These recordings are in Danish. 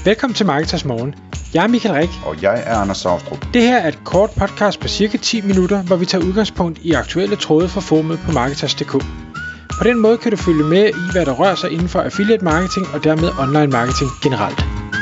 Velkommen til Marketers Morgen. Jeg er Michael Rik. Og jeg er Anders Saustrup. Det her er et kort podcast på cirka 10 minutter, hvor vi tager udgangspunkt i aktuelle tråde fra forumet på Marketers.dk. På den måde kan du følge med i, hvad der rører sig inden for affiliate marketing og dermed online marketing generelt.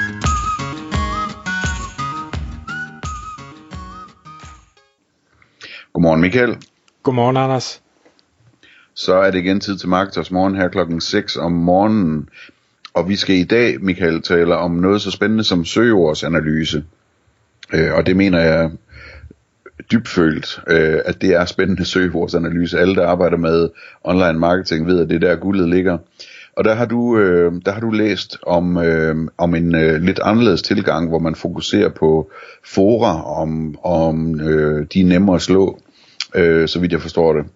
Godmorgen Michael. Godmorgen Anders. Så er det igen tid til Marketers Morgen her klokken 6 om morgenen. Og vi skal i dag, Michael, tale om noget så spændende som søgeordsanalyse. Og det mener jeg dybfølt, at det er spændende søgeordsanalyse. Alle, der arbejder med online marketing, ved, at det der guldet ligger. Og der har du læst om en lidt anderledes tilgang, hvor man fokuserer på fora, om de er nemmere at slå, så vidt jeg forstår det.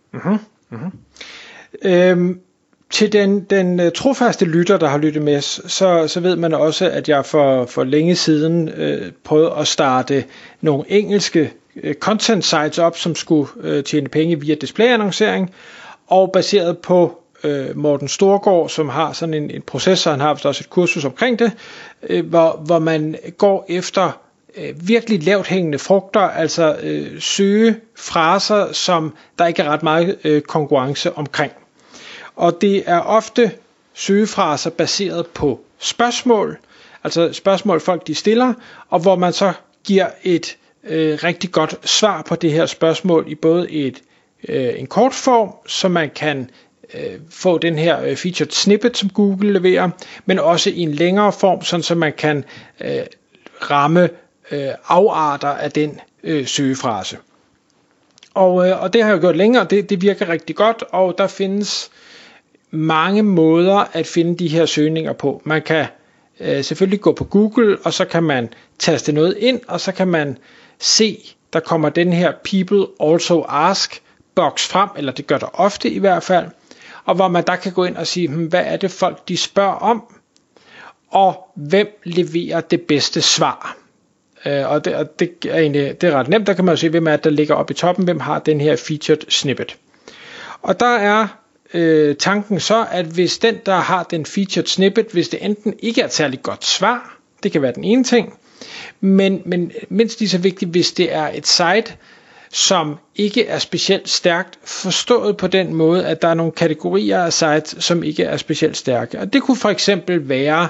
Til den trofaste lytter, der har lyttet med, så ved man også, at jeg for længe siden prøvede at starte nogle engelske content sites op, som skulle tjene penge via displayannoncering, og baseret på Morten Storgård, som har sådan en proces, og han har også et kursus omkring det, hvor man går efter virkelig lavt hængende frugter, altså søge fraser, som der ikke er ret meget konkurrence omkring. Og det er ofte søgefraser baseret på spørgsmål, altså spørgsmål folk de stiller, og hvor man så giver et rigtig godt svar på det her spørgsmål i både en kort form, så man kan få den her featured snippet, som Google leverer, men også i en længere form, sådan så man kan ramme afarter af den søgefrase. Og det har jeg gjort længere, det virker rigtig godt, og der findes mange måder at finde de her søgninger på. Man kan selvfølgelig gå på Google, og så kan man taste noget ind, og så kan man se, der kommer den her People Also Ask boks frem, eller det gør der ofte i hvert fald, og hvor man der kan gå ind og sige, hvad er det folk de spørger om, og hvem leverer det bedste svar. Og det er egentlig det er ret nemt, der kan man jo se, hvem er det, der ligger oppe i toppen, hvem har den her featured snippet. Og der er tanken så, at hvis den, der har den featured snippet, hvis det enten ikke er et særligt godt svar, det kan være den ene ting, men mindst lige så vigtigt, hvis det er et site, som ikke er specielt stærkt forstået på den måde, at der er nogle kategorier af sites, som ikke er specielt stærke. Og det kunne for eksempel være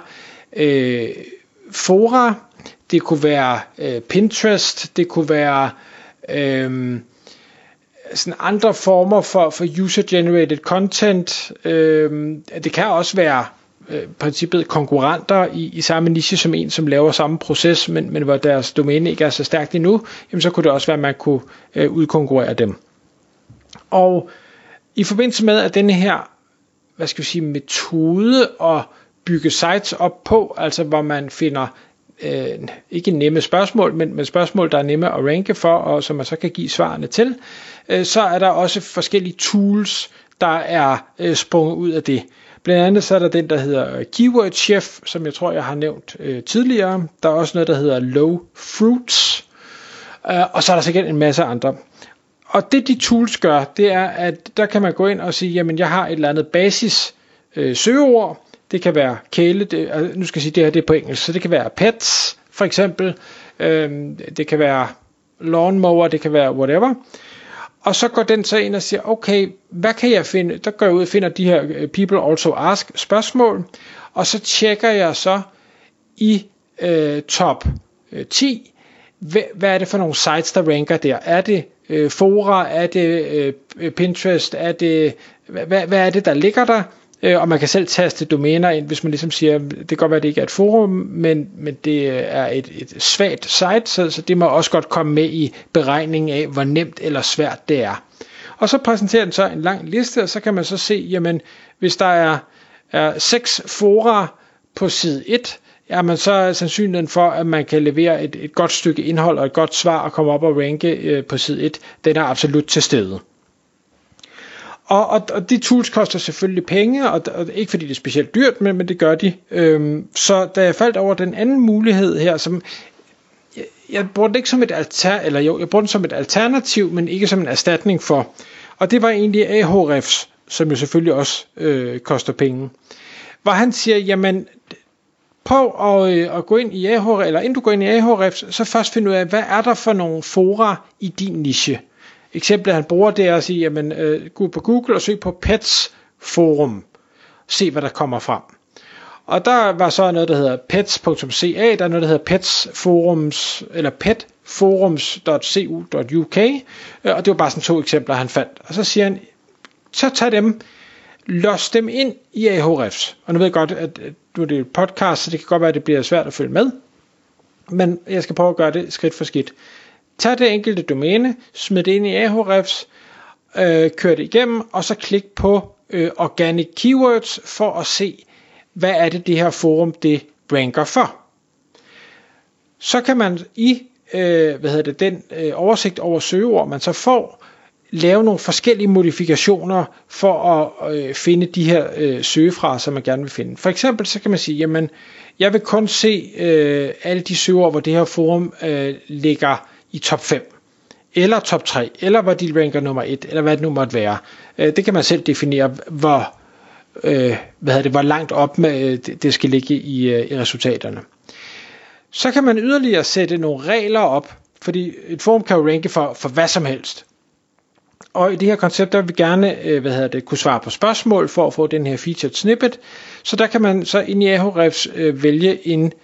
fora, det kunne være Pinterest, det kunne være sådan andre former for user-generated content. Det kan også være princippet konkurrenter i samme niche som en, som laver samme proces, men hvor deres domæne ikke er så stærkt endnu, jamen så kunne det også være, at man kunne udkonkurrere dem. Og i forbindelse med, at denne her, metode at bygge sites op på, altså hvor man finder ikke nemme spørgsmål, men spørgsmål, der er nemme at ranke for, og som man så kan give svarene til, så er der også forskellige tools, der er sprunget ud af det. Blandt andet så er der den, der hedder Keyword Chef, som jeg tror, jeg har nævnt tidligere. Der er også noget, der hedder Low Fruits, og så er der sikkert en masse andre. Og det de tools gør, det er, at der kan man gå ind og sige, jamen jeg har et eller andet basis søgeord. Det kan være kæle, nu skal jeg sige, det her det er på engelsk, så det kan være pets for eksempel, det kan være lawnmower, det kan være whatever. Og så går den så ind og siger, okay, hvad kan jeg finde? Der går jeg ud og finder de her People Also Ask spørgsmål, og så tjekker jeg så i top 10, hvad er det for nogle sites, der ranker der? Er det fora, er det Pinterest, er det, hvad er det, der ligger der? Og man kan selv taste domæner ind, hvis man ligesom siger, det kan godt være, at det ikke er et forum, men det er et svagt site, så det må også godt komme med i beregningen af, hvor nemt eller svært det er. Og så præsenterer den så en lang liste, og så kan man så se, jamen hvis der er 6 fora på side 1, jamen så er sandsynligheden for, at man kan levere et godt stykke indhold og et godt svar og komme op og ranke på side 1, den er absolut til stede. Og de tools koster selvfølgelig penge, og ikke fordi det er specielt dyrt, men det gør de. Så da jeg faldt over den anden mulighed her, som jeg bruger det ikke som jeg bruger den som et alternativ, men ikke som en erstatning for. Og det var egentlig Ahrefs, som jo selvfølgelig også koster penge. Hvor han siger, jamen prøv at gå ind i Ahrefs, eller inden du går ind i Ahrefs, så først finde ud af, hvad er der for nogle fora i din niche. Eksemplet han bruger, det er at sige, jamen, gå på Google og søg på Pets forum. Se, hvad der kommer frem. Og der var så noget, der hedder pets.ca, der er noget, der hedder Pets forums, eller petforums.cu.uk, og det var bare sådan 2 eksempler, han fandt. Og så siger han, så tag dem, los dem ind i Ahrefs. Og nu ved jeg godt, at nu er det et podcast, så det kan godt være, at det bliver svært at følge med. Men jeg skal prøve at gøre det skridt for skridt. Tag det enkelte domæne, smid det ind i Ahrefs, kør det igennem, og så klik på organic keywords for at se, hvad er det her forum, det ranker for. Så kan man i den oversigt over søgeord, man så får, lave nogle forskellige modifikationer for at finde de her søgefraser, man gerne vil finde. For eksempel så kan man sige, jamen, jeg vil kun se alle de søgeord, hvor det her forum ligger i top 5, eller top 3, eller hvor de ranker nummer 1, eller hvad det nu måtte være. Det kan man selv definere, hvor langt op med det skal ligge i resultaterne. Så kan man yderligere sætte nogle regler op, fordi et forum kan jo ranke for hvad som helst. Og i det her koncept, der vil vi gerne kunne svare på spørgsmål for at få den her featured snippet. Så der kan man så ind i Ahrefs vælge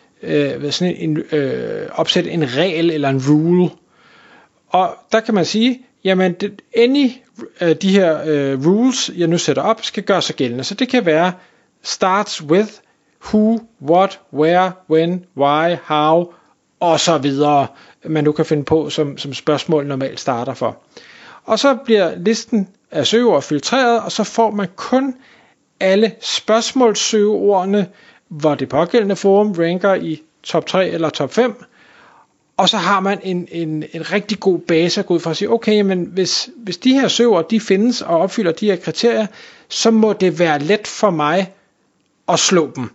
opsætte en regel eller en rule. Og der kan man sige, jamen de her rules, jeg nu sætter op, skal gøre sig gældende. Så det kan være starts with who, what, where, when, why, how og så videre, man nu kan finde på, som spørgsmål normalt starter for. Og så bliver listen af søgeord filtreret, og så får man kun alle spørgsmålssøgeordene, hvor det pågældende forum ranker i top 3 eller top 5. Og så har man en rigtig god base at gå ud fra at sige, okay, men hvis de her søgeord, de findes og opfylder de her kriterier, så må det være let for mig at slå dem.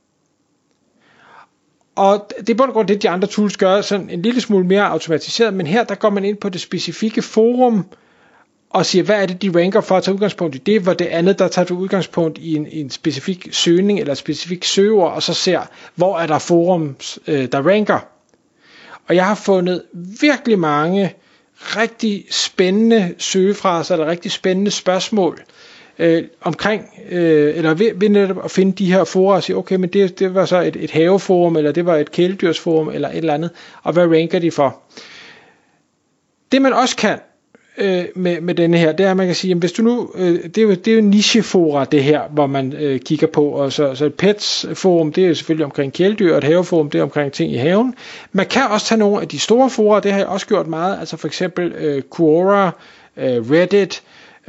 Og det er på grund af det, de andre tools gør sådan en lille smule mere automatiseret, men her der går man ind på det specifikke forum og siger, hvad er det, de ranker for at tage udgangspunkt i det, hvor det andet, der tager du udgangspunkt i en specifik søgning eller et specifik søgeord, og så ser, hvor er der forums, der ranker. Og jeg har fundet virkelig mange rigtig spændende søgefraser eller rigtig spændende spørgsmål omkring, eller ved netop at finde de her fora og sige, okay, men det var så et haveforum, eller det var et kæledyrsforum, eller et eller andet, og hvad ranker de for? Det man også kan med denne her, det er, at man kan sige, jamen, hvis du nu, det er jo nichefora det her, hvor man kigger på, og så et pets forum, det er selvfølgelig omkring kæledyr, og et haveforum, det er omkring ting i haven. Man kan også tage nogle af de store fora, det har jeg også gjort meget, altså for eksempel Quora, Reddit,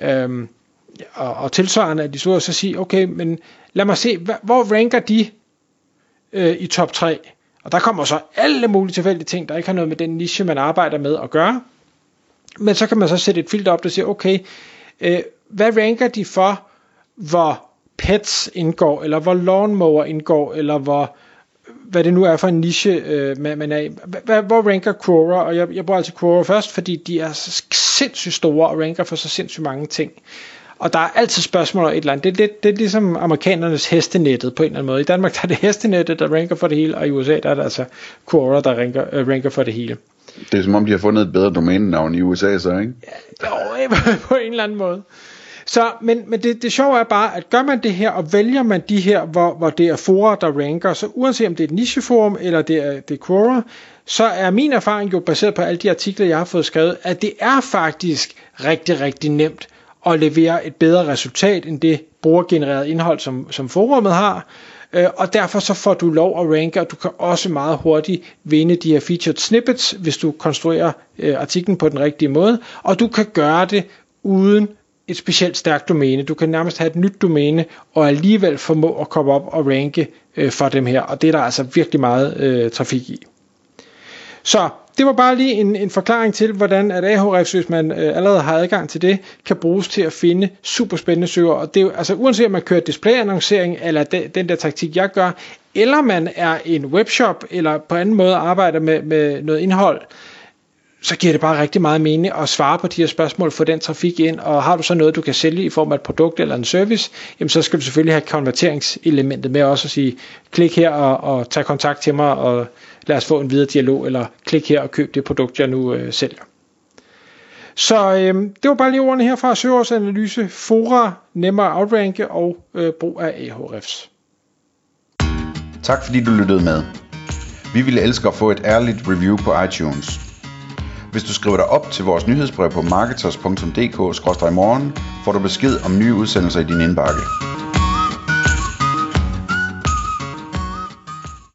og tilsvarende af de store, så sige, okay, men lad mig se, hvor ranker de i top 3? Og der kommer så alle mulige tilfældige ting, der ikke har noget med den niche, man arbejder med at gøre. Men så kan man så sætte et filter op, der siger, okay, hvad ranker de for, hvor pets indgår, eller hvor lawnmower indgår, eller hvad det nu er for en niche, man er i. Hvor ranker Quora? Og jeg bruger altid Quora først, fordi de er så sindssygt store og ranker for så sindssygt mange ting. Og der er altid spørgsmål over et eller andet. Det er ligesom amerikanernes hestenettet på en eller anden måde. I Danmark der er det hestenettet, der ranker for det hele, og i USA der er det altså Quora, der ranker for det hele. Det er som om de har fundet et bedre domænenavn i USA så, ikke? Ja, på en eller anden måde. Så, men det sjove er bare, at gør man det her, og vælger man de her, hvor det er fora, der ranker, så uanset om det er et nicheforum, eller det er Quora, så er min erfaring jo baseret på alle de artikler, jeg har fået skrevet, at det er faktisk rigtig, rigtig nemt at levere et bedre resultat, end det brugergenererede indhold, som forummet har. Og derfor så får du lov at ranke, og du kan også meget hurtigt vinde de her featured snippets, hvis du konstruerer artiklen på den rigtige måde, og du kan gøre det uden et specielt stærkt domæne. Du kan nærmest have et nyt domæne, og alligevel formå at komme op og ranke for dem her, og det er der altså virkelig meget trafik i. Så det var bare lige en forklaring til, hvordan at Ahrefs, hvis man allerede har adgang til det, kan bruges til at finde super spændende søger. Og det er jo, altså uanset om man kører displayannoncering, eller den der taktik jeg gør, eller man er en webshop, eller på anden måde arbejder med noget indhold, så giver det bare rigtig meget mening at svare på de her spørgsmål, få den trafik ind, og har du så noget, du kan sælge i form af et produkt eller en service, jamen så skal du selvfølgelig have konverteringselementet med også at sige, klik her og tag kontakt til mig, og lad os få en videre dialog, eller klik her og køb det produkt, jeg nu sælger. Så det var bare lige ordene her fra søgeordsanalyse, fora, nemmere at outranke og brug af Ahrefs. Tak fordi du lyttede med. Vi ville elske at få et ærligt review på iTunes. Hvis du skriver dig op til vores nyhedsbrev på marketers.dk/morgen, får du besked om nye udsendelser i din indbakke.